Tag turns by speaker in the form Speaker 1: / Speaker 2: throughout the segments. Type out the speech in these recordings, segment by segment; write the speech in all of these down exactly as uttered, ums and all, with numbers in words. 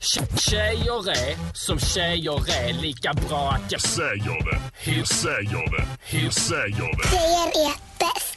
Speaker 1: Tjejer är som tjejer är, lika bra att jag säger det. Hur säger det? Hur säger det?
Speaker 2: Tjejer är bäst.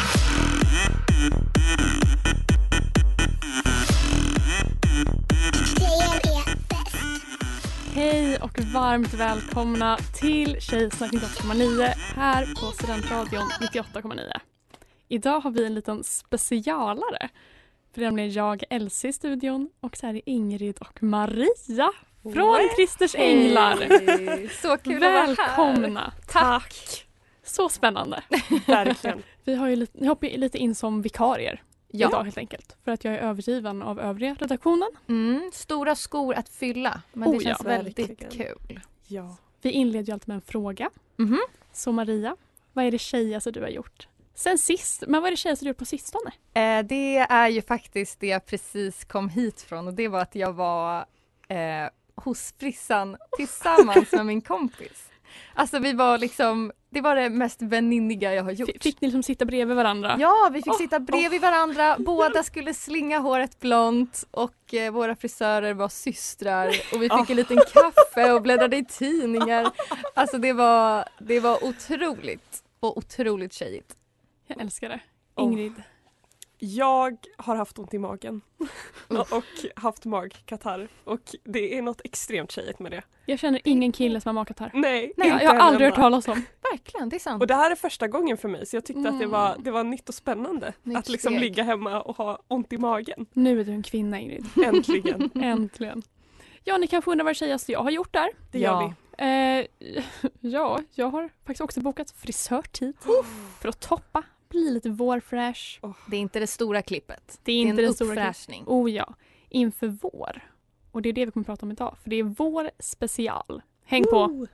Speaker 2: Tjejer är bäst.
Speaker 3: Hej och varmt välkomna till Tjejsnack nittioåtta komma nio här på Studentradion nittioåtta komma nio. Idag har vi en liten specialare. För det är nämligen jag, Elsie, i studion och så här är Ingrid och Maria från
Speaker 4: Hey.
Speaker 3: Christers Änglar.
Speaker 4: Så kul att vara här.
Speaker 3: Välkomna.
Speaker 4: Tack.
Speaker 3: Så spännande.
Speaker 4: Verkligen.
Speaker 3: Vi har ju lite, ni hoppar ju lite in som vikarier
Speaker 4: Ja.
Speaker 3: idag helt enkelt. För att jag är övergiven av övriga redaktionen.
Speaker 4: Mm, stora skor att fylla, men
Speaker 3: Oh,
Speaker 4: det känns
Speaker 3: ja.
Speaker 4: väldigt
Speaker 5: Verkligen.
Speaker 4: kul.
Speaker 5: Ja.
Speaker 3: Vi inleder ju alltid med en fråga.
Speaker 4: Mhm.
Speaker 3: Så Maria, vad är det tjejigaste du har gjort? Sen sist, men vad är det tjejigaste du har gjort på sistone?
Speaker 4: Eh, det är ju faktiskt det jag precis kom hit från och det var att jag var eh, hos frissan tillsammans med min kompis. Alltså vi var liksom, det var det mest väninniga jag har gjort.
Speaker 3: F- Fick ni liksom sitta bredvid varandra?
Speaker 4: Ja, vi fick
Speaker 3: Oh,
Speaker 4: sitta bredvid varandra. Båda skulle slinga håret blont och eh, våra frisörer var systrar och vi fick en liten kaffe och bläddrade i tidningar. Alltså det var, det var otroligt och otroligt tjejigt.
Speaker 3: Jag älskar det.
Speaker 5: Oh.
Speaker 3: Ingrid.
Speaker 5: Jag har haft ont i magen och haft magkatarr och det är något extremt tjejigt med det.
Speaker 3: Jag känner ingen kille som har magkatarr.
Speaker 5: Nej,
Speaker 3: Nej,
Speaker 5: inte
Speaker 3: jag har
Speaker 5: en
Speaker 3: aldrig hört
Speaker 5: enda.
Speaker 3: talas om.
Speaker 4: Verkligen, det är sant.
Speaker 5: Och det här är första gången för mig så jag tyckte
Speaker 3: Mm.
Speaker 5: att det var, det var nytt och spännande
Speaker 4: Nytt
Speaker 5: att liksom
Speaker 4: steg.
Speaker 5: ligga hemma och ha ont i magen.
Speaker 3: Nu är du en kvinna, Ingrid.
Speaker 5: Äntligen.
Speaker 3: Äntligen. Ja, ni kanske undrar vad det tjejigaste jag har gjort där.
Speaker 5: Det gör
Speaker 4: Ja.
Speaker 5: vi.
Speaker 3: Eh, ja, jag har faktiskt också bokat frisörtid för att toppa, bli lite vårfräsch.
Speaker 4: Det är inte det stora klippet.
Speaker 3: Det är inte
Speaker 4: det är en
Speaker 3: det stora
Speaker 4: uppfräschning.
Speaker 3: Oh ja, inför vår. Och det är det vi kommer att prata om idag, för det är vår special. Häng på!
Speaker 5: Woo!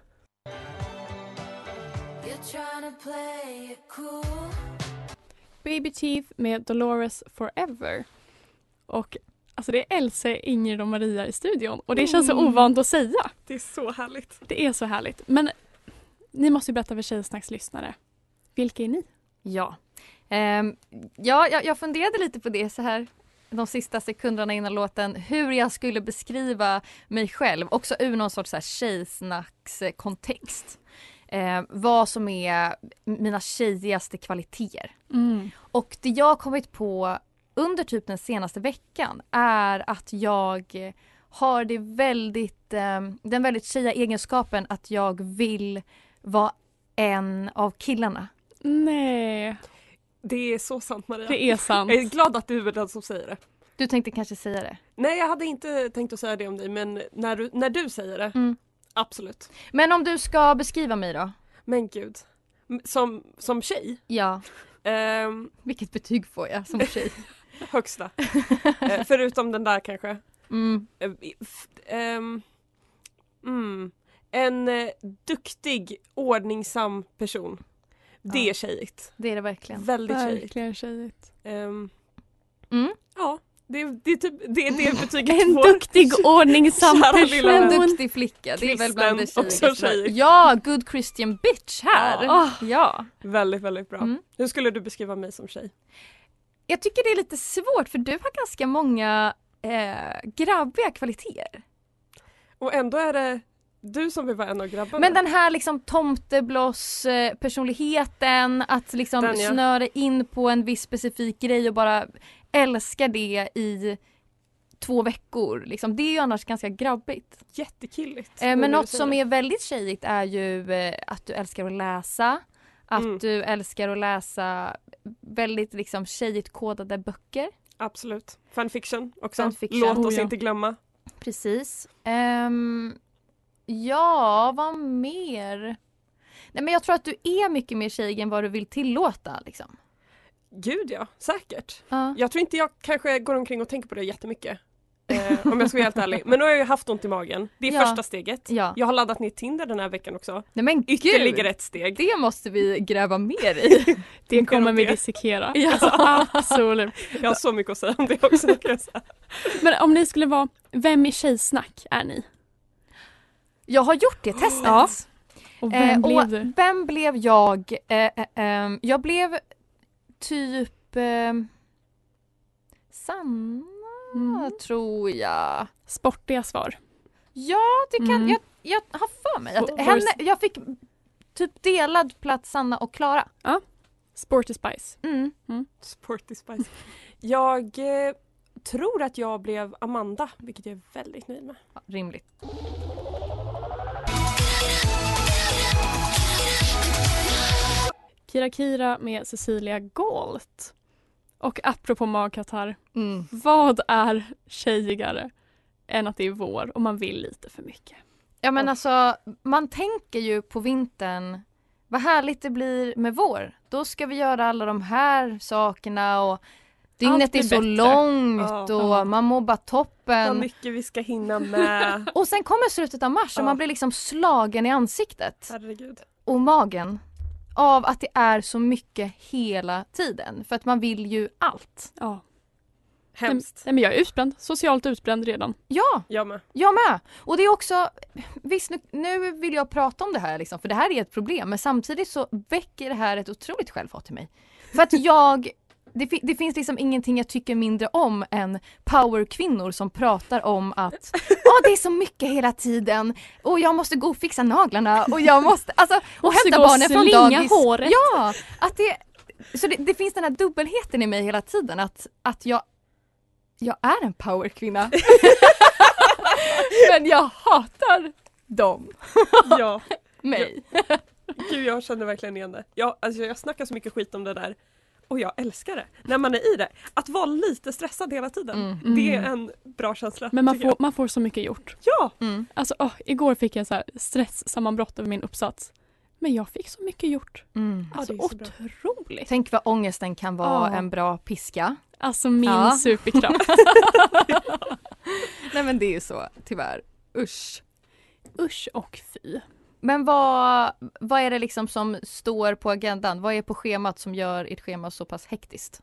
Speaker 3: Baby Teeth med Dolores Forever. Och alltså det är Elsie, Ingrid och Maria i studion. Och det känns så
Speaker 4: Mm.
Speaker 3: ovant att säga.
Speaker 5: Det är så härligt.
Speaker 3: Det är så härligt. Men ni måste ju berätta för Tjejsnacks lyssnare. Vilka är ni?
Speaker 4: Ja. Ehm, ja, jag, jag funderade lite på det så här de sista sekunderna innan låten. Hur jag skulle beskriva mig själv. Också ur någon sorts så här tjejsnacks eh, kontext. Eh, vad som är mina tjejigaste kvaliteter.
Speaker 3: Mm.
Speaker 4: Och det jag har kommit på under typ den senaste veckan är att jag har det väldigt, eh, den väldigt tjejiga egenskapen att jag vill vara en av killarna.
Speaker 3: Nej,
Speaker 5: Det är så sant, Maria.
Speaker 3: det är sant.
Speaker 5: Jag är glad att du är den som säger det.
Speaker 4: Du tänkte kanske säga det?
Speaker 5: Nej, jag hade inte tänkt att säga det om dig, men när du, när du säger det,
Speaker 4: Mm.
Speaker 5: absolut.
Speaker 4: Men om du ska beskriva mig då?
Speaker 5: Men gud. M- Som, som tjej,
Speaker 4: Ja.
Speaker 5: ehm,
Speaker 4: Vilket betyg får jag som tjej?
Speaker 5: högsta. Eh, förutom den där kanske.
Speaker 4: Mm.
Speaker 5: Eh, f- ehm, mm, en eh, duktig, ordningsam person. Det
Speaker 4: Ja.
Speaker 5: är tjejigt.
Speaker 4: Det är det verkligen.
Speaker 5: Väldigt tjejigt.
Speaker 3: Verkligen tjejigt.
Speaker 5: Ehm,
Speaker 4: Mm.
Speaker 5: ja, det, det är typ det, är det betyget
Speaker 3: En
Speaker 5: får.
Speaker 3: duktig, ordningsam
Speaker 5: Kära
Speaker 3: person.
Speaker 5: lilla
Speaker 4: En
Speaker 5: vän.
Speaker 4: duktig flicka. Det är väl bland det
Speaker 5: Kristen, också
Speaker 4: tjejigaste.
Speaker 5: tjejigt.
Speaker 4: Ja, good Christian bitch här.
Speaker 3: Ja.
Speaker 4: Ja.
Speaker 5: Väldigt, väldigt bra.
Speaker 4: Mm.
Speaker 5: Hur skulle du beskriva mig som tjej?
Speaker 4: Jag tycker det är lite svårt för du har ganska många eh, grabbiga kvaliteter.
Speaker 5: Och ändå är det du som vill vara en av grabbarna.
Speaker 4: Men den här liksom tomtebloss eh, personligheten, att liksom
Speaker 5: Den, ja.
Speaker 4: snöra in på en viss specifik grej och bara älska det i två veckor. Liksom. Det är ju annars ganska grabbigt.
Speaker 5: Jättekilligt.
Speaker 4: Eh,
Speaker 5: nu
Speaker 4: men
Speaker 5: när du
Speaker 4: något
Speaker 5: säger
Speaker 4: som
Speaker 5: det.
Speaker 4: är väldigt tjejigt är ju eh, att du älskar att läsa. Att
Speaker 5: Mm.
Speaker 4: du älskar att läsa väldigt liksom tjejigt kodade böcker.
Speaker 5: Absolut. Fanfiction också.
Speaker 4: Fanfiction.
Speaker 5: Låt
Speaker 3: Oh,
Speaker 5: oss
Speaker 3: ja.
Speaker 5: inte glömma.
Speaker 4: Precis. Ehm, ja, vad mer? Nej, men jag tror att du är mycket mer tjejig än vad du vill tillåta. Liksom.
Speaker 5: Gud ja, säkert.
Speaker 4: Ja.
Speaker 5: Jag tror inte jag kanske går omkring och tänker på det jättemycket. Eh, om jag ska vara helt ärlig. Men nu har jag ju haft ont i magen. Det är
Speaker 4: Ja.
Speaker 5: första steget.
Speaker 4: Ja.
Speaker 5: Jag har laddat ner Tinder den här veckan också.
Speaker 4: Nej, men
Speaker 5: Ytterligare
Speaker 4: gud,
Speaker 5: ett steg.
Speaker 4: det måste vi gräva mer i.
Speaker 3: Det kommer
Speaker 5: om
Speaker 3: vi
Speaker 5: det.
Speaker 3: dissekera.
Speaker 4: Ja.
Speaker 3: Absolut.
Speaker 5: Jag har så mycket att säga om det också. Kan jag säga.
Speaker 3: Men om ni skulle vara, vem i Tjejsnack är ni?
Speaker 4: Jag har gjort det testet.
Speaker 3: Ja. Och vem
Speaker 4: Eh,
Speaker 3: blev
Speaker 4: och
Speaker 3: du?
Speaker 4: vem blev jag? Eh, eh, ehm, jag blev typ eh, Sanna
Speaker 3: Mm.
Speaker 4: tror jag.
Speaker 3: Sportiga svar.
Speaker 4: Ja, det kan
Speaker 3: Mm.
Speaker 4: jag, jag har för mig att
Speaker 3: Vår-
Speaker 4: henne, jag fick typ delad plats Sanna och Klara.
Speaker 3: Sporty Spice.
Speaker 4: Mm.
Speaker 5: Sporty Spice. Jag eh, tror att jag blev Amanda, vilket jag är väldigt nöjd med.
Speaker 4: Ja, rimligt.
Speaker 3: Kira Kira med Cecilia Gault. Och apropå magkatarr,
Speaker 4: Mm.
Speaker 3: vad är tjejigare än att det är vår och man vill lite för mycket?
Speaker 4: Ja men
Speaker 5: Oh.
Speaker 4: alltså, man tänker ju på vintern, vad härligt det blir med vår. Då ska vi göra alla de här sakerna och dygnet
Speaker 3: Allt blir
Speaker 4: är så
Speaker 3: bättre.
Speaker 4: långt
Speaker 5: Ja.
Speaker 4: och
Speaker 3: Ja.
Speaker 4: man mår bara
Speaker 5: Vad
Speaker 4: toppen.
Speaker 5: mycket vi ska hinna med.
Speaker 4: Och sen kommer slutet av mars och
Speaker 5: Ja.
Speaker 4: man blir liksom slagen i ansiktet
Speaker 5: Herregud.
Speaker 4: och magen av att det är så mycket hela tiden. För att man vill ju allt.
Speaker 3: Ja.
Speaker 5: Hemskt.
Speaker 3: Nej, men jag är utbränd. Socialt utbränd redan.
Speaker 4: Ja,
Speaker 5: Jag med.
Speaker 4: jag med. Och det är också, visst nu, nu vill jag prata om det här liksom, för det här är ett problem. Men samtidigt så väcker det här ett otroligt självhat i mig. För att jag, det, fi- det finns liksom ingenting jag tycker mindre om än powerkvinnor som pratar om att ah, det är så mycket hela tiden och jag måste gå och fixa naglarna och jag måste, alltså, och
Speaker 3: Måste
Speaker 4: hämta
Speaker 3: gå och
Speaker 4: barnen från
Speaker 3: slinga
Speaker 4: dagis.
Speaker 3: håret.
Speaker 4: Ja, att det, så det, det finns den här dubbelheten i mig hela tiden att, att jag jag är en powerkvinna. Men jag hatar dem.
Speaker 5: Ja.
Speaker 4: Mig.
Speaker 5: Gud, jag känner verkligen igen det. Jag, alltså, jag snackar så mycket skit om det där. Och jag älskar det. När man är i det. Att vara lite stressad hela tiden.
Speaker 4: Mm.
Speaker 5: Det är
Speaker 3: Mm.
Speaker 5: en bra känsla.
Speaker 3: Men man
Speaker 5: tycker
Speaker 3: får,
Speaker 5: jag.
Speaker 3: man får så mycket gjort.
Speaker 5: Ja!
Speaker 4: Mm.
Speaker 3: Alltså, åh, igår fick jag så här stresssammanbrott över min uppsats. Men jag fick så mycket gjort.
Speaker 4: Mm.
Speaker 5: Ja,
Speaker 3: Alltså
Speaker 5: det är så bra.
Speaker 3: otroligt.
Speaker 4: Tänk vad ångesten kan vara
Speaker 3: Ja.
Speaker 4: en bra piska.
Speaker 3: Alltså min
Speaker 4: Ja.
Speaker 3: superkraft.
Speaker 4: Nej men det är ju så, tyvärr. Usch.
Speaker 3: Usch och fy.
Speaker 4: Men vad, vad är det liksom som står på agendan? Vad är på schemat som gör ert schema så pass hektiskt?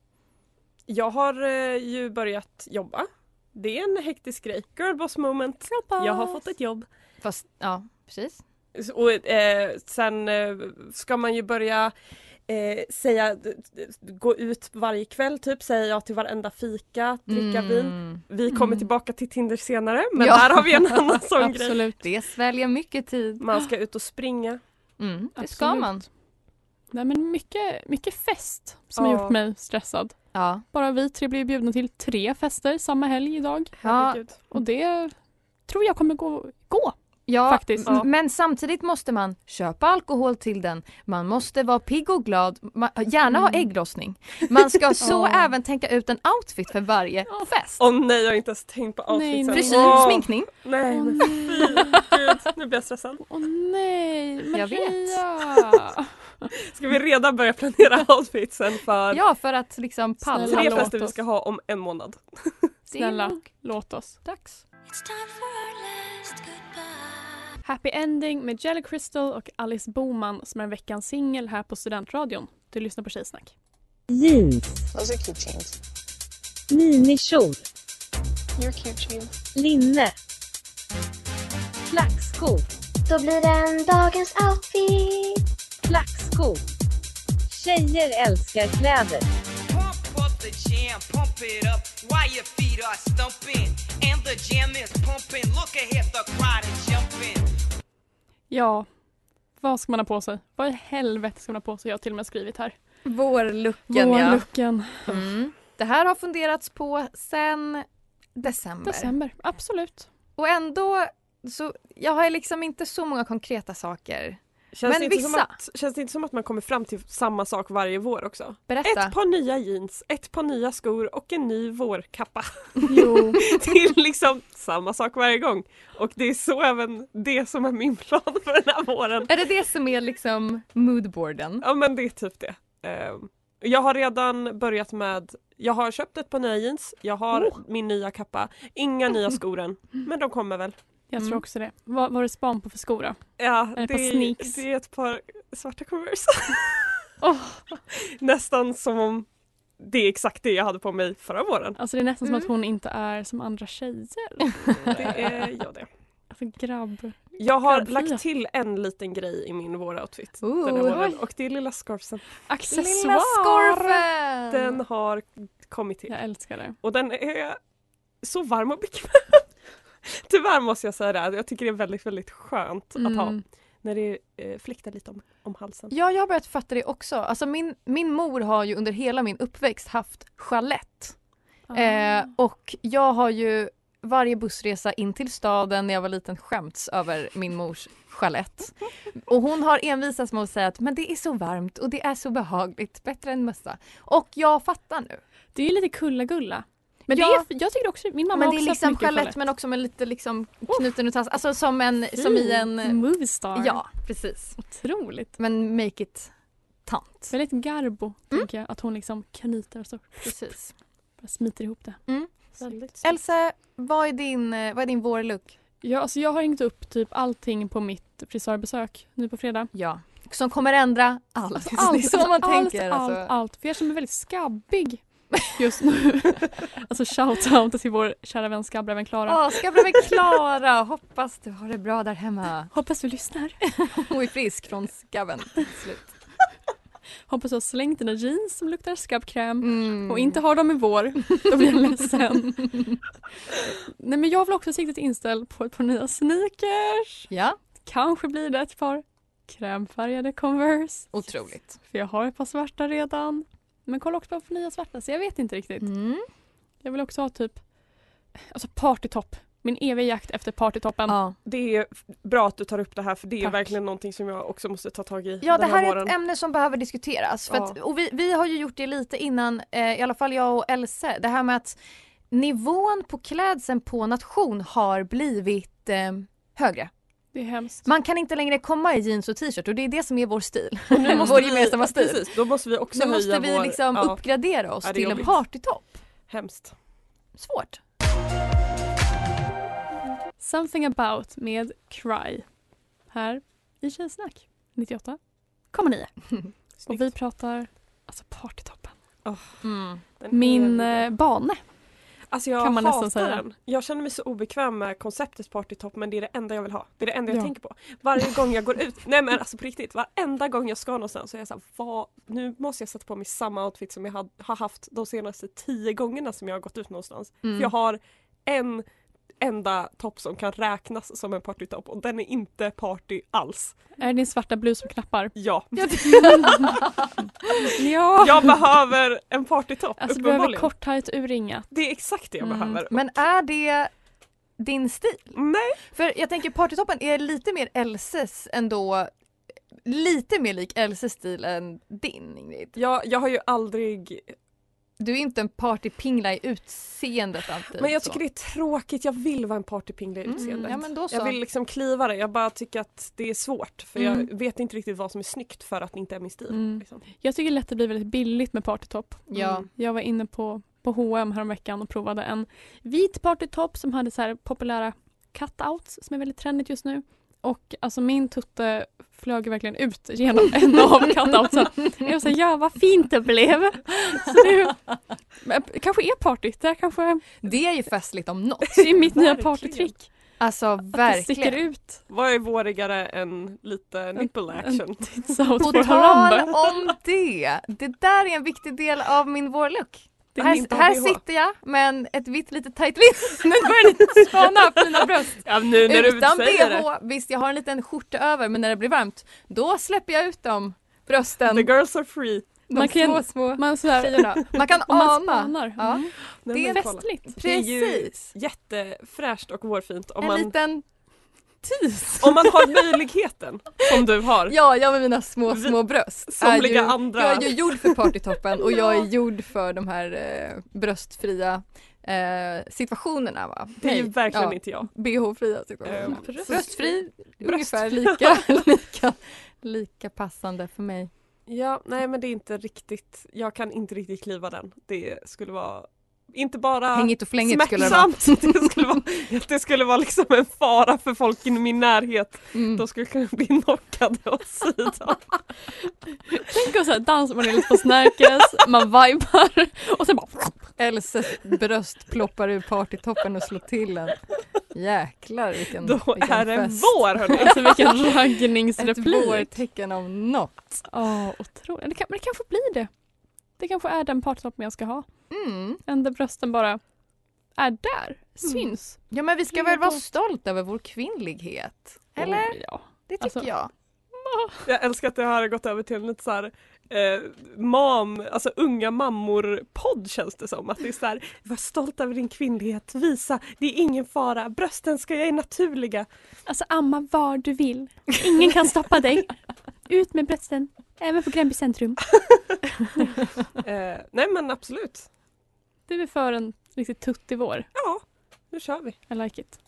Speaker 5: Jag har eh, ju börjat jobba. Det är en hektisk grej. Girlboss moment. Jag har fått ett jobb.
Speaker 4: Fast, ja, precis.
Speaker 5: Och eh, sen eh, ska man ju börja eh, säga, d- d- gå ut varje kväll typ, säga ja till varenda fika, dricka vin.
Speaker 4: Mm.
Speaker 5: Vi kommer
Speaker 3: Mm.
Speaker 5: tillbaka till Tinder senare, men
Speaker 4: Ja.
Speaker 5: där har vi en annan sån grej.
Speaker 3: Absolut.
Speaker 4: Det sväljer mycket tid.
Speaker 5: Man ska ut och springa.
Speaker 4: Mm, det ska
Speaker 3: Absolut.
Speaker 4: man.
Speaker 3: Nej, men mycket, mycket fest som
Speaker 5: Ja.
Speaker 3: har gjort mig stressad.
Speaker 4: Ja.
Speaker 3: Bara vi tre blev bjudna till tre fester samma helg idag.
Speaker 4: Ja,
Speaker 5: Herregud.
Speaker 3: Och det tror jag kommer gå. gå.
Speaker 4: ja
Speaker 3: Faktiskt.
Speaker 4: m-
Speaker 5: Ja.
Speaker 4: men samtidigt måste man köpa alkohol till den. Man måste vara pigg och glad. Man, gärna ha
Speaker 3: Mm.
Speaker 4: ägglossning. Man ska så
Speaker 3: Ja.
Speaker 4: även tänka ut en outfit för varje
Speaker 3: Ja.
Speaker 4: fest.
Speaker 5: Åh nej, jag har inte ens tänkt på
Speaker 3: Nej,
Speaker 5: outfitsen.
Speaker 3: nej.
Speaker 4: Frisyr,
Speaker 5: Åh,
Speaker 4: sminkning.
Speaker 5: Nej,
Speaker 3: Åh,
Speaker 5: men
Speaker 3: nej.
Speaker 5: fy gud, nu blir jag stressad.
Speaker 3: Åh nej, Maria.
Speaker 4: Jag vet.
Speaker 5: Ska vi redan börja planera outfitsen för
Speaker 4: Ja, för att liksom palla.
Speaker 3: Snälla,
Speaker 5: tre
Speaker 3: låt
Speaker 5: fester vi
Speaker 3: oss.
Speaker 5: ska ha om en månad?
Speaker 4: Det är
Speaker 3: Snälla,
Speaker 4: nog
Speaker 3: låt oss.
Speaker 4: dags.
Speaker 2: It's time for our last goodbye.
Speaker 3: Happy Ending med Jelly Crystal och Alice Boman som är veckans singel här på Studentradion. Du lyssnar på Tjejsnack.
Speaker 6: Jeans,
Speaker 7: Those are cute jeans.
Speaker 6: minikjol,
Speaker 7: You're cute jeans.
Speaker 6: linne, flaxskor,
Speaker 2: Då blir det en dagens outfit.
Speaker 6: flaxskor. Tjejer älskar kläder.
Speaker 8: Pump up the jam, pump it up while your feet are stumping. And the jam is pumping. Look ahead, the crowd is jumping.
Speaker 3: Ja, vad ska man ha på sig? Vad i helvete ska man ha på sig? Jag har till och med skrivit här.
Speaker 4: Vårlucken, ja.
Speaker 3: Vårlucken.
Speaker 4: Mm. Det här har funderats på sen december.
Speaker 3: December, absolut.
Speaker 4: Och ändå så jag har liksom inte så många konkreta saker.
Speaker 5: Känns,
Speaker 4: Men
Speaker 5: det inte som
Speaker 4: vissa.
Speaker 5: att, känns det inte som att man kommer fram till samma sak varje vår också?
Speaker 4: Berätta.
Speaker 5: Ett par nya jeans, ett par nya skor och en ny vårkappa.
Speaker 3: Jo.
Speaker 5: Det är liksom samma sak varje gång. Och det är så även det som är min plan för den här våren.
Speaker 4: Är det det som är liksom moodboarden?
Speaker 5: Ja men det är typ det. Ehm, jag har redan börjat med, jag har köpt ett par nya jeans, jag har
Speaker 3: Oh.
Speaker 5: min nya kappa, inga nya skor än, men de kommer väl.
Speaker 3: Jag tror
Speaker 4: Mm.
Speaker 3: också det. Vad var det span på för skor då?
Speaker 5: Ja,
Speaker 3: Är det
Speaker 5: det,
Speaker 3: ett par sneaks?
Speaker 5: det är ett par svarta Converse.
Speaker 3: Åh.
Speaker 5: Nästan som om det är exakt det jag hade på mig förra våren.
Speaker 3: Alltså det är nästan
Speaker 4: Mm.
Speaker 3: som att hon inte är som andra tjejer.
Speaker 5: Det är jag det.
Speaker 3: Alltså grabb.
Speaker 5: Jag har
Speaker 3: Grabbfria.
Speaker 5: lagt till en liten grej i min våroutfit
Speaker 4: Ooh,
Speaker 5: den här våren,
Speaker 3: oj.
Speaker 5: och det är lilla scarfsen.
Speaker 3: Accessoar.
Speaker 4: Lilla scarfen!
Speaker 5: Den har kommit till.
Speaker 3: Jag älskar det.
Speaker 5: Och den är så varm och bekväm. Tyvärr måste jag säga det. Jag tycker det är väldigt, väldigt skönt
Speaker 3: Mm.
Speaker 5: att ha när det eh, fläktar lite om, om halsen.
Speaker 4: Ja, jag har börjat fatta det också. Alltså min, min mor har ju under hela min uppväxt haft chalett. Eh, och jag har ju varje bussresa in till staden när jag var liten skämts över min mors chalett. Och hon har envisats med att säga att men det är så varmt och det är så behagligt, bättre än mössa. Och jag fattar nu.
Speaker 3: Det är ju lite kulla-gulla. Men
Speaker 4: Ja.
Speaker 3: det är, jag tycker också, min mamma
Speaker 4: Men
Speaker 3: har
Speaker 4: det är
Speaker 3: också haft
Speaker 4: liksom
Speaker 3: mycket
Speaker 4: chalett
Speaker 3: chalett.
Speaker 4: men också med lite liksom knuten och tass. Alltså som en, som i en...
Speaker 3: Movie star.
Speaker 4: Ja, precis.
Speaker 3: Otroligt.
Speaker 4: Men make it tant.
Speaker 3: Väldigt garbo, tänker jag. Att hon liksom knyter och så.
Speaker 4: Precis.
Speaker 3: Bara smiter ihop det.
Speaker 4: Mm.
Speaker 5: Väldigt snyggt.
Speaker 4: Else, vad är din, eh, vad är din vårlook?
Speaker 3: Ja, alltså jag har hängt upp typ allting på mitt frisörbesök nu på fredag.
Speaker 4: Ja. Som kommer ändra allt.
Speaker 3: Alltså,
Speaker 4: det är så man
Speaker 3: allt,
Speaker 4: tänker.
Speaker 3: allt,
Speaker 4: Alltså.
Speaker 3: allt. För jag känner mig väldigt skabbig just nu. Alltså shout-out till vår kära vän skabbräven Klara.
Speaker 4: Åh, ska bli med Klara. Hoppas du har det bra där hemma.
Speaker 3: Hoppas du lyssnar.
Speaker 4: Hon är frisk från skabben. Slut.
Speaker 3: Hoppas du har slängt dina jeans som luktar skabbkräm.
Speaker 4: Mm.
Speaker 3: Och inte har dem i vår. Då blir jag ledsen. Nej, men jag vill också sikta ett inställ på ett par nya sneakers.
Speaker 4: Ja,
Speaker 3: Kanske blir det ett par krämfärgade Converse.
Speaker 4: otroligt.
Speaker 3: För jag har ett par svarta redan. Men kolla också på nya svarta, så jag vet inte riktigt.
Speaker 4: Mm.
Speaker 3: Jag vill också ha typ alltså partytopp. Min eviga jakt efter partytoppen.
Speaker 4: Ja.
Speaker 5: Det är bra att du tar upp det här för det är
Speaker 3: Tack.
Speaker 5: verkligen någonting som jag också måste ta tag i
Speaker 4: Ja, det
Speaker 5: den
Speaker 4: här är
Speaker 5: våren.
Speaker 4: ett ämne som behöver diskuteras. För
Speaker 5: Ja.
Speaker 4: att, och vi, vi har ju gjort det lite innan, eh, i alla fall jag och Else. Det här med att nivån på klädseln på nation har blivit eh, högre.
Speaker 3: Det är hemskt.
Speaker 4: Man kan inte längre komma i jeans och t-shirt och det är det som är vår stil.
Speaker 5: Och nu måste
Speaker 4: vår
Speaker 5: vi-
Speaker 4: gemensamma stil.
Speaker 5: Precis, då måste vi också
Speaker 4: Nu
Speaker 5: höja
Speaker 4: måste vi
Speaker 5: vår...
Speaker 4: liksom
Speaker 5: ja,
Speaker 4: uppgradera oss
Speaker 5: Ja, det är
Speaker 4: till en
Speaker 5: jobbigt.
Speaker 4: partytopp.
Speaker 5: hemskt.
Speaker 4: Svårt.
Speaker 3: Something about med Cry. Här i Tjejsnack nittioåtta komma nio. Och vi pratar alltså partytoppen.
Speaker 4: Mm.
Speaker 5: Den
Speaker 3: Min
Speaker 5: eviga.
Speaker 3: eh, bane.
Speaker 5: Alltså jag
Speaker 3: kan man
Speaker 5: hatar
Speaker 3: nästan säga.
Speaker 5: den. Jag känner mig så obekväm med konceptet partytopp men det är det enda jag vill ha. Det är det enda jag
Speaker 3: Ja.
Speaker 5: tänker på. Varje gång jag går ut, nej men alltså på riktigt, varenda gång jag ska någonstans så är jag såhär, vad, nu måste jag sätta på mig samma outfit som jag had, har haft de senaste tio gångerna som jag har gått ut någonstans.
Speaker 4: Mm.
Speaker 5: För jag har en enda topp som kan räknas som en partytopp och den är inte party alls.
Speaker 3: Är det din svarta blus med knappar?
Speaker 5: Ja,
Speaker 3: Ja.
Speaker 5: jag behöver en partytopp
Speaker 3: Alltså du behöver
Speaker 5: uppenbarligen.
Speaker 3: korthajt urringat.
Speaker 5: Det är exakt det jag
Speaker 3: Mm.
Speaker 5: behöver.
Speaker 4: Men är det din stil?
Speaker 5: Nej,
Speaker 4: För jag tänker partytoppen är lite mer Elses ändå, lite mer lik Elses stil än din, Ingrid.
Speaker 5: jag, jag har ju aldrig...
Speaker 4: Du är inte en partypingla i utseendet alltid.
Speaker 5: Men jag
Speaker 4: så.
Speaker 5: tycker det är tråkigt, jag vill vara en partypingla i
Speaker 4: Mm,
Speaker 5: utseendet.
Speaker 4: ja, men då så.
Speaker 5: Jag vill liksom kliva det, jag bara tycker att det är svårt för
Speaker 3: Mm.
Speaker 5: jag vet inte riktigt vad som är snyggt för att det inte är min stil.
Speaker 3: Mm.
Speaker 5: Liksom.
Speaker 3: Jag tycker lätt att det blir väldigt billigt med partytopp.
Speaker 4: Ja.
Speaker 5: Mm.
Speaker 3: Jag var inne på, på H och M häromveckan och provade en vit partytopp som hade så här populära cutouts som är väldigt trendigt just nu. Och alltså min tutte flög verkligen ut genom en av cutoutsen. Jag sa ja, vad fint det blev. Så det men, kanske är party. Det, är kanske,
Speaker 4: Det är ju festligt om något.
Speaker 3: det är mitt nya
Speaker 5: Verkligen.
Speaker 3: partytrick.
Speaker 4: Alltså
Speaker 3: Att det sticker
Speaker 4: verkligen.
Speaker 3: ut.
Speaker 5: Vad är vårigare än lite nipple action?
Speaker 3: Tits out
Speaker 4: På
Speaker 3: for
Speaker 4: tal
Speaker 3: Harambe.
Speaker 4: om det, det där är en viktig del av min vårlook.
Speaker 5: Det är
Speaker 4: Här,
Speaker 5: min
Speaker 4: här
Speaker 5: A D H.
Speaker 4: sitter jag med en, ett vitt litet tight liss. Nu börjar det spana upp mina bröst.
Speaker 5: Ja, nu när du
Speaker 4: Utan
Speaker 5: säger
Speaker 4: B H,
Speaker 5: det.
Speaker 4: visst jag har en liten skjorta över men när det blir varmt då släpper jag ut dem. Brösten,
Speaker 5: The girls are free.
Speaker 4: de
Speaker 3: Man kan-
Speaker 4: små små
Speaker 3: Man, så här,
Speaker 4: tjejerna. Man kan
Speaker 3: om man
Speaker 4: ana.
Speaker 3: spanar.
Speaker 4: Ja.
Speaker 3: Mm.
Speaker 5: Nej,
Speaker 4: Det är
Speaker 5: men kolla.
Speaker 3: Festligt.
Speaker 5: Det är ju
Speaker 4: Precis.
Speaker 5: jättefräscht och vårfint om
Speaker 4: En
Speaker 5: man,
Speaker 4: liten tis.
Speaker 5: om man har möjligheten som du har.
Speaker 4: Ja, jag med mina små
Speaker 5: Vi-
Speaker 4: små bröst.
Speaker 5: Somliga
Speaker 4: är ju,
Speaker 5: andra.
Speaker 4: Jag är ju gjord för partytoppen och jag är gjord för de här eh, bröstfria eh, situationerna va?
Speaker 5: Det är ju
Speaker 4: Nej,
Speaker 5: verkligen
Speaker 4: ja,
Speaker 5: inte jag.
Speaker 4: B H-fria situationer.
Speaker 5: Ehm,
Speaker 4: Bröstfri,
Speaker 5: Bröst.
Speaker 4: ungefär lika, lika, lika passande för mig.
Speaker 5: Ja, nej men det är inte riktigt, jag kan inte riktigt kliva den. Det skulle vara inte bara
Speaker 4: Hängigt och flängigt skulle det vara.
Speaker 5: smärtsamt, det skulle vara, det skulle vara liksom en fara för folk i min närhet.
Speaker 4: Mm.
Speaker 5: De skulle kunna bli knockade åt sidan.
Speaker 3: Tänk att så här, dansar man är lite på snärkes, man vibar och sen bara
Speaker 4: Elses bröst ploppar ur partytoppen och slår till en. Jäklar vilken,
Speaker 5: Då
Speaker 4: vilken
Speaker 5: är det
Speaker 4: fest.
Speaker 5: vår hörni.
Speaker 3: alltså vilken
Speaker 4: Ett
Speaker 3: raggningsreplik.
Speaker 4: vårtecken av något.
Speaker 3: Åh, otroligt. Det, kan, men det kanske blir det. Det kanske är den partytoppen jag ska ha.
Speaker 4: Mm.
Speaker 3: En där brösten bara är där, syns.
Speaker 4: Ja, men vi ska väl vara stolta över vår kvinnlighet. Eller?
Speaker 3: Oh, ja.
Speaker 4: Det tycker
Speaker 3: Alltså-
Speaker 4: jag.
Speaker 5: Jag älskar att det här har gått över till en lite så här eh, mam, alltså unga mammor-podd känns det som. Att det är så här, var stolt över din kvinnlighet, visa, det är ingen fara, brösten ska jag är naturliga.
Speaker 3: Alltså amma var du vill. Ingen kan stoppa dig. Ut med brösten, även på Gränby centrum.
Speaker 5: Eh, nej men absolut.
Speaker 3: Du är för en riktigt tuttig vår.
Speaker 5: Ja, nu kör vi.
Speaker 3: I like it.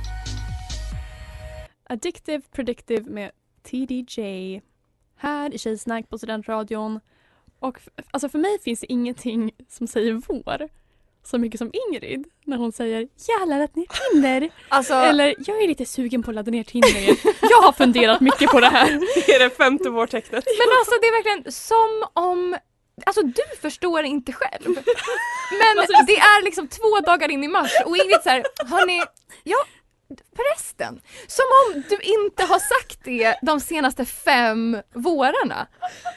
Speaker 3: Addictive Predictive med T D J. Här i Tjejsnack på Studentradion. Och f- alltså för mig finns det ingenting som säger vår så mycket som Ingrid när hon säger jag har laddat ner Tinder.
Speaker 4: Alltså,
Speaker 3: Eller jag är lite sugen på att ladda ner Tinder igen. Jag har funderat mycket på det här.
Speaker 5: Det är det femte vårtecknet.
Speaker 4: men alltså det är verkligen som om... Alltså du förstår inte själv. Men det är liksom två dagar in i mars och Ingrid så här, hörni, ja, förresten. Som om du inte har sagt det de senaste fem vårarna.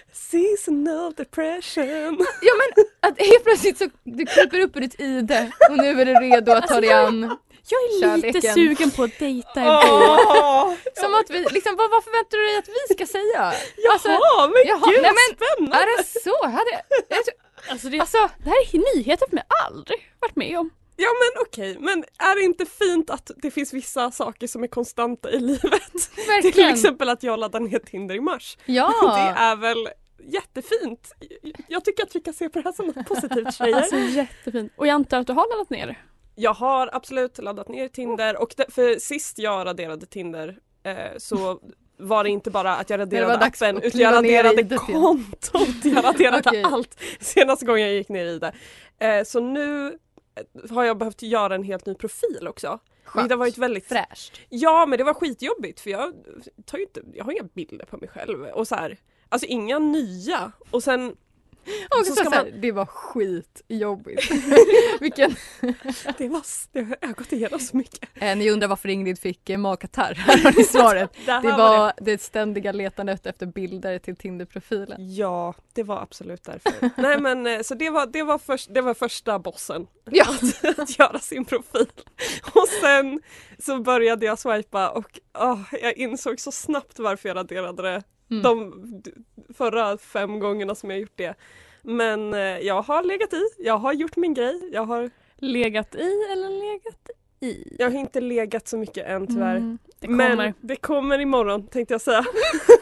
Speaker 5: Seasonal depression.
Speaker 4: Ja, men att helt plötsligt så du kryper upp ur ditt ide och nu är du redo att ta dig an.
Speaker 3: Jag är lite
Speaker 4: Kärleken.
Speaker 3: sugen på att dejta en vår.
Speaker 5: Åh,
Speaker 4: Som att vi, liksom, vad, vad förväntar du dig att vi ska säga?
Speaker 5: jaha,
Speaker 4: Alltså,
Speaker 5: men
Speaker 4: jaha,
Speaker 5: gud
Speaker 4: nej,
Speaker 5: vad spännande.
Speaker 4: Är det så? Hade, jag tror-
Speaker 3: Alltså det,
Speaker 4: alltså,
Speaker 3: det här är nyheter som jag aldrig varit med om.
Speaker 5: Ja men okej, men är det inte fint att det finns vissa saker som är konstanta i livet? Till
Speaker 4: verkligen.
Speaker 5: exempel att jag laddar ner Tinder i mars.
Speaker 4: Ja.
Speaker 5: Det är väl jättefint. Jag tycker att vi kan se på det här som något positivt, tjejer.
Speaker 3: Alltså jättefint. Och jag antar att du har laddat ner.
Speaker 5: Jag har absolut laddat ner Tinder och det, för sist jag raderade Tinder eh, så var det inte bara att jag
Speaker 4: Det
Speaker 5: raderade
Speaker 4: var dags
Speaker 5: appen
Speaker 4: att
Speaker 5: utan jag
Speaker 4: kliva ner i
Speaker 5: raderade
Speaker 4: det igen.
Speaker 5: kontot. Jag raderade
Speaker 4: Okej.
Speaker 5: allt senaste gången jag gick ner i det. Eh, så nu har jag behövt göra en helt ny profil också. Det har varit väldigt
Speaker 4: fräscht.
Speaker 5: Ja, men det var skitjobbigt för jag tar ju inte, jag har inga bilder på mig själv och så här, alltså inga nya och sen
Speaker 4: Och
Speaker 5: så
Speaker 4: så
Speaker 5: ska
Speaker 4: så här,
Speaker 5: man-
Speaker 4: det var skitjobbigt. Vilken...
Speaker 5: det var, det har jag gått igenom så mycket.
Speaker 4: Eh, ni undrar varför Ingrid fick eh, magkatarr. Här har ni svaret.
Speaker 5: Där
Speaker 4: Det
Speaker 5: har
Speaker 4: var det ständiga letandet efter bilder till Tinder-profilen.
Speaker 5: Ja, det var absolut därför. Nej men eh, så det var, det var, först, det var första bossen.
Speaker 4: Ja.
Speaker 5: Att, att göra sin profil. Och sen så började jag swipa och åh, jag insåg så snabbt varför jag raderade det.
Speaker 4: Mm.
Speaker 5: De d- förra fem gångerna som jag gjort det. Men eh, jag har legat i, jag har gjort min grej. Jag har,
Speaker 3: Legat i eller legat i?
Speaker 5: jag har inte legat så mycket än tyvärr.
Speaker 3: Mm, det kommer.
Speaker 5: Men det kommer imorgon tänkte jag säga.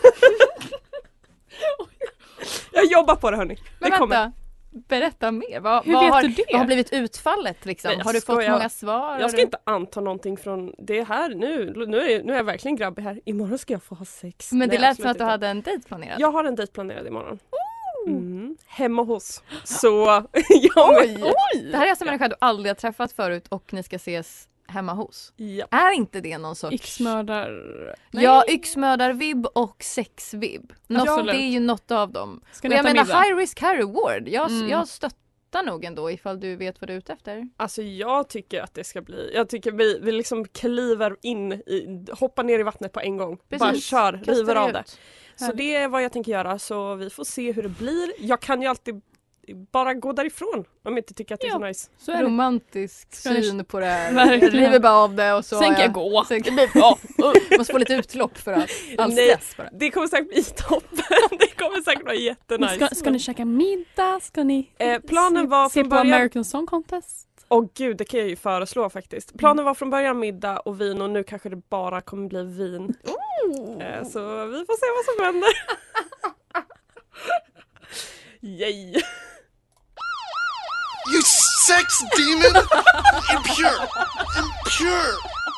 Speaker 5: Jag jobbar på det hörni.
Speaker 4: Men
Speaker 5: det kommer.
Speaker 4: vänta, berätta mer. Vad,
Speaker 3: Hur
Speaker 4: vad,
Speaker 3: vet
Speaker 4: har,
Speaker 3: du det?
Speaker 4: vad har blivit utfallet liksom?
Speaker 5: Nej, jag
Speaker 4: har du fått
Speaker 5: skojar.
Speaker 4: många svar?
Speaker 5: Jag ska inte anta någonting från det här nu. Nu är, nu är jag verkligen grabbig här. Imorgon ska jag få ha sex.
Speaker 4: Men det
Speaker 5: Nej,
Speaker 4: lät
Speaker 5: absolut
Speaker 4: som att du
Speaker 5: inte.
Speaker 4: hade en dejt planerad.
Speaker 5: Jag har en dejt planerad imorgon. Mm. Hemma hos. Så ja, men,
Speaker 4: Oj! Det här är alltså en människa du aldrig har träffat förut och ni ska ses hemma hos.
Speaker 5: ja.
Speaker 4: Är inte det någon sorts...
Speaker 3: Yxmördar...
Speaker 4: Ja, yxmördarvibb och sexvibb. Något,
Speaker 3: Absolut.
Speaker 4: det är ju något av dem.
Speaker 3: Ska
Speaker 4: Och
Speaker 3: ni
Speaker 4: jag
Speaker 3: äta
Speaker 4: menar
Speaker 3: middag?
Speaker 4: high risk, high reward. Jag,
Speaker 3: Mm.
Speaker 4: jag stöttar nog ändå ifall du vet vad du är ute efter.
Speaker 5: Alltså jag tycker att det ska bli, jag tycker vi, vi liksom kliver in i, hoppar ner i vattnet på en gång.
Speaker 4: Precis.
Speaker 5: Bara kör,
Speaker 4: Kasta
Speaker 5: river
Speaker 4: dig
Speaker 5: av
Speaker 4: ut.
Speaker 5: det. Så det är vad jag tänker göra, så vi får se hur det blir. Jag kan ju alltid bara gå därifrån om jag inte tycker att det är så
Speaker 3: Ja.
Speaker 5: nice.
Speaker 3: Så är det.
Speaker 4: Romantisk
Speaker 3: Ska ni-
Speaker 4: syn på det här.
Speaker 3: Verkligen.
Speaker 4: Jag river bara av det och så
Speaker 3: Sen kan
Speaker 4: har
Speaker 3: jag gå.
Speaker 4: Sen kan det bli bra. Uh, måste få lite utlopp för allt. All
Speaker 5: Nej.
Speaker 4: stress bara.
Speaker 5: Det kommer säkert bli toppen. Det kommer säkert vara
Speaker 3: Men
Speaker 5: jättenice.
Speaker 3: ska, ska ni käka middag? Ska ni
Speaker 5: Eh, planen
Speaker 3: se,
Speaker 5: var
Speaker 3: se
Speaker 5: från
Speaker 3: på
Speaker 5: början-
Speaker 3: American Song Contest?
Speaker 5: Åh gud, det kan jag ju föreslå faktiskt. Planen var från början middag och vin och nu kanske det bara kommer bli vin. Eh, så vi får se vad som händer. Yay!
Speaker 9: You sex demon! Impure! Impure!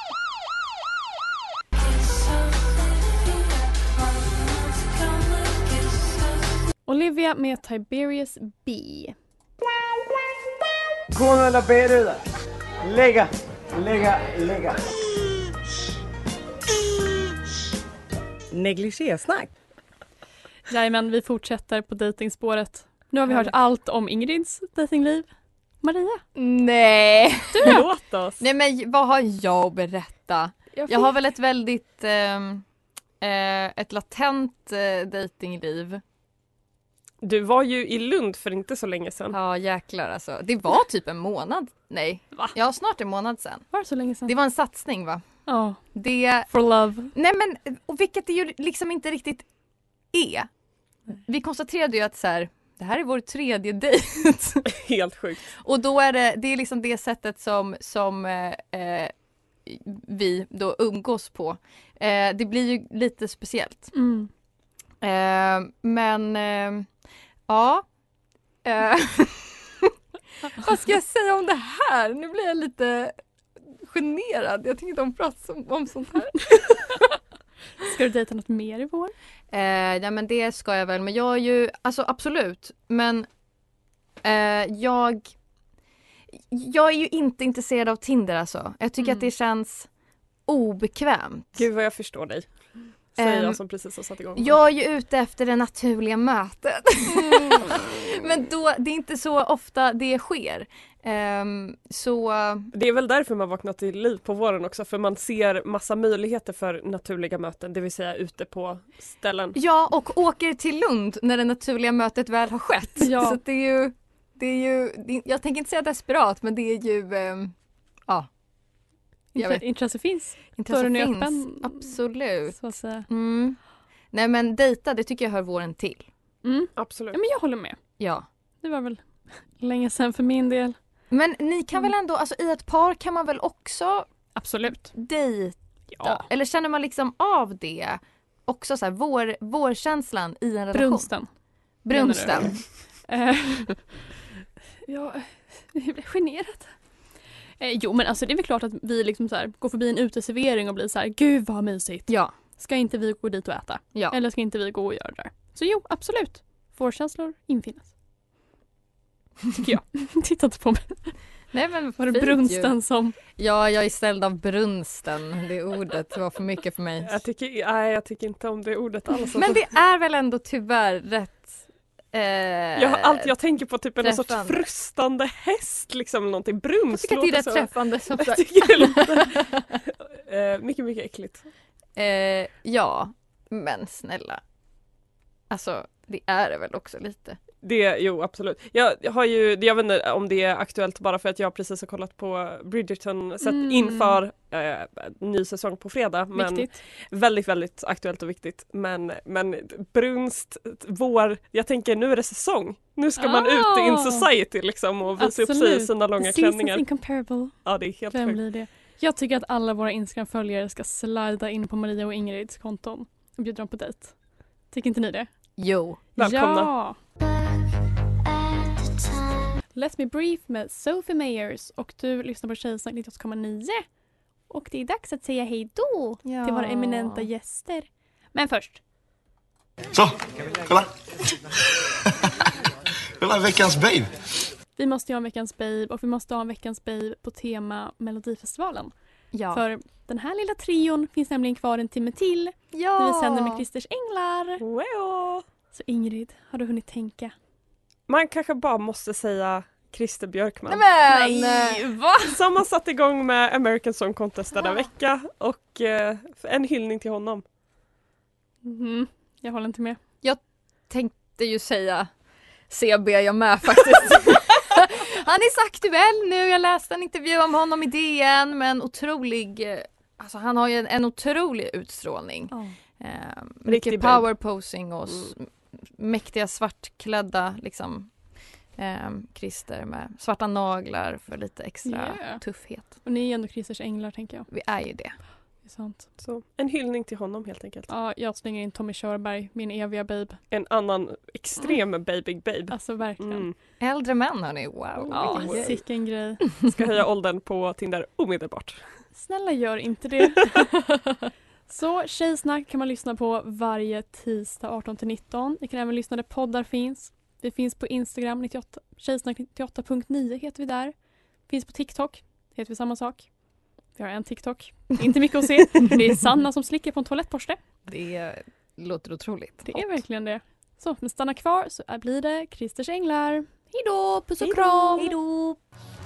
Speaker 3: Olivia med Tiberius B.
Speaker 10: Con la perda. Lega, lega, lega. Negligésnack.
Speaker 3: Jajamän, vi fortsätter på dejtingspåret. Nu har vi hört allt om Ingrids dejtingliv. Maria,
Speaker 4: Nej.
Speaker 5: Låt oss!
Speaker 4: Nej men vad har jag att berätta? Jag har väl ett väldigt ehm, eh, ett latent eh, dejtingliv.
Speaker 5: Du var ju i Lund för inte så länge sedan.
Speaker 4: Ja, jäklar alltså. Det var typ en månad. Nej,
Speaker 5: Va?
Speaker 4: ja snart en månad sedan.
Speaker 3: Var det så länge sedan?
Speaker 4: Det var en satsning va?
Speaker 3: Ja,
Speaker 4: Det...
Speaker 3: for love.
Speaker 4: Nej men, och vilket det ju liksom inte riktigt är. Vi konstaterade ju att så här, det här är vår tredje dejt.
Speaker 5: Helt sjukt.
Speaker 4: Och då är det, det är liksom det sättet som, som eh, eh, vi då umgås på. Eh, det blir ju lite speciellt.
Speaker 3: Mm.
Speaker 4: Eh, men eh, ja. Eh, vad ska jag säga om det här? Nu blir jag lite generad. Jag tycker inte om att prata om, om sånt här.
Speaker 3: Ska du dejta något mer i vår?
Speaker 4: Eh, ja men det ska jag väl. Men jag är ju, alltså absolut. Men eh, jag jag är ju inte intresserad av Tinder alltså. Jag tycker
Speaker 3: Mm.
Speaker 4: att det känns obekvämt.
Speaker 5: Gud vad jag förstår dig. Säger
Speaker 4: Ehm,
Speaker 5: jag som precis har satt igång.
Speaker 4: Jag är ju ute efter det naturliga mötet.
Speaker 3: Mm.
Speaker 4: Men då, det är inte så ofta det sker. Ehm, så...
Speaker 5: Det är väl därför man vaknat till liv på våren också. För man ser massa möjligheter för naturliga möten. Det vill säga ute på ställen.
Speaker 4: Ja, och åker till Lund när det naturliga mötet väl har skett.
Speaker 3: Ja.
Speaker 4: Så det är ju... Det är ju det, jag tänker inte säga desperat, men det är ju... ehm, ja. Jag vet.
Speaker 3: Intresse finns.
Speaker 4: Intresse
Speaker 3: Dörren är
Speaker 4: finns.
Speaker 3: öppen.
Speaker 4: Absolut.
Speaker 3: Så att säga.
Speaker 4: Mm. Nej men dejta, det tycker jag hör våren till.
Speaker 3: Mm.
Speaker 5: Absolut.
Speaker 3: Ja, men jag håller med.
Speaker 4: Ja.
Speaker 3: Det var väl länge sedan för min del.
Speaker 4: Men ni kan väl ändå, alltså i ett par kan man väl också
Speaker 3: Absolut.
Speaker 4: dejta?
Speaker 3: Ja.
Speaker 4: Eller känner man liksom av det? Också så här, vår, vårkänslan i en relation.
Speaker 3: Brunsten.
Speaker 4: Brunsten.
Speaker 3: Eh, ja, jag blir generad. Eh, jo men alltså det är väl klart att vi liksom så här, går förbi en uteservering och blir så här, gud vad mysigt.
Speaker 4: Ja.
Speaker 3: Ska inte vi gå dit och äta?
Speaker 4: Ja.
Speaker 3: Eller ska inte vi gå och göra det där? Så jo, absolut. Vårkänslor infinnas. Tycker jag. Titta inte på mig.
Speaker 4: Nej, men
Speaker 3: Var det
Speaker 4: fint
Speaker 3: brunsten
Speaker 4: ju.
Speaker 3: som...
Speaker 4: Ja, jag är ställd av brunsten. Det ordet var för mycket för mig.
Speaker 5: Jag tycker, nej, jag tycker inte om det ordet alls.
Speaker 4: Men det är väl ändå tyvärr rätt... Eh,
Speaker 5: jag, har allt, jag tänker på typ en sorts
Speaker 4: träffande.
Speaker 5: frustande häst, liksom någonting
Speaker 4: Jag
Speaker 5: brunst.
Speaker 4: tycker att det är rätt
Speaker 5: så-
Speaker 4: träffande som
Speaker 5: Jag
Speaker 4: sagt.
Speaker 5: tycker det låter eh, mycket, mycket äckligt.
Speaker 4: Eh, ja, men snälla. Alltså, det är det väl också lite.
Speaker 5: Det, jo absolut. Jag, jag har ju, jag vet inte om det är aktuellt bara för att jag precis har kollat på Bridgerton sett
Speaker 3: Mm.
Speaker 5: inför eh, ny säsong på fredag. Men
Speaker 3: Viktigt.
Speaker 5: väldigt, väldigt aktuellt och viktigt. Men, men brunst, vår, jag tänker nu är det säsong. Nu ska man
Speaker 3: Ah.
Speaker 5: ut in society liksom och visa upp sig i
Speaker 3: Absolut.
Speaker 5: sina långa
Speaker 3: The season's
Speaker 5: klänningar.
Speaker 3: incomparable.
Speaker 5: Ja, det är helt
Speaker 3: Vem
Speaker 5: sjukt.
Speaker 3: blir det? Jag tycker att alla våra Instagram-följare ska slida in på Maria och Ingrids konton och bjuda dem på dejt. Tycker inte ni det?
Speaker 4: Jo.
Speaker 5: Välkomna.
Speaker 3: Ja! Let me brief med Sophie Meyers och du lyssnar på Tjejsnack nittioåtta komma nio. Och det är dags att säga hej då
Speaker 4: Ja.
Speaker 3: till våra eminenta gäster. Men först.
Speaker 9: Så, kolla. Kolla veckans babe.
Speaker 3: Vi måste ju ha en veckans babe och vi måste ha en veckans babe på tema Melodifestivalen.
Speaker 4: Ja.
Speaker 3: För den här lilla trion finns nämligen kvar en timme till
Speaker 4: ja.
Speaker 3: när vi sänder med Christers Änglar.
Speaker 5: Wow.
Speaker 3: Så Ingrid, har du hunnit tänka?
Speaker 5: Man kanske bara måste säga Christer Björkman.
Speaker 4: Men,
Speaker 3: va?
Speaker 5: Som har satt igång med American Song Contest denna vecka och eh, en hyllning till honom.
Speaker 3: Mm, jag håller inte med.
Speaker 4: tänkte ju säga C B jag med faktiskt. Han är så aktuell nu. Jag läste en intervju om honom i D N, men otrolig, eh, alltså han har ju en, en otrolig utstrålning.
Speaker 3: Oh.
Speaker 4: Eh,
Speaker 5: Riktig
Speaker 4: mycket
Speaker 5: babe.
Speaker 4: power posing och s- mäktiga svartklädda liksom eh, Christer med svarta naglar för lite extra
Speaker 3: Yeah.
Speaker 4: tuffhet.
Speaker 3: Och ni är ändå Christers Änglar tänker jag.
Speaker 4: Vi är ju det.
Speaker 3: Det är sant.
Speaker 5: Så en hyllning till honom helt enkelt.
Speaker 3: Ja, jag slänger in Tommy Körberg, min eviga babe.
Speaker 5: En annan extrem baby babe.
Speaker 3: Alltså verkligen.
Speaker 5: Mm.
Speaker 4: Äldre män hörni, wow.
Speaker 3: Ja,
Speaker 5: Wow.
Speaker 3: sicken grej.
Speaker 5: Ska höja åldern på Tinder omedelbart.
Speaker 3: Snälla gör inte det. Så Tjejsnack kan man lyssna på varje tisdag arton till nitton. Ni kan även lyssna där poddar finns. Vi finns på Instagram, nittioåtta, tjejsnack nittioåtta punkt nio heter vi där. Finns på TikTok, heter vi samma sak. Vi har en TikTok, inte mycket att se. Det är Sanna som slickar på en toalettborste.
Speaker 4: Det låter otroligt.
Speaker 3: Det är verkligen det. Så, men stanna kvar så blir det Christers Änglar. Hej då, puss och
Speaker 5: Hej då.
Speaker 3: kram!
Speaker 4: Hej då!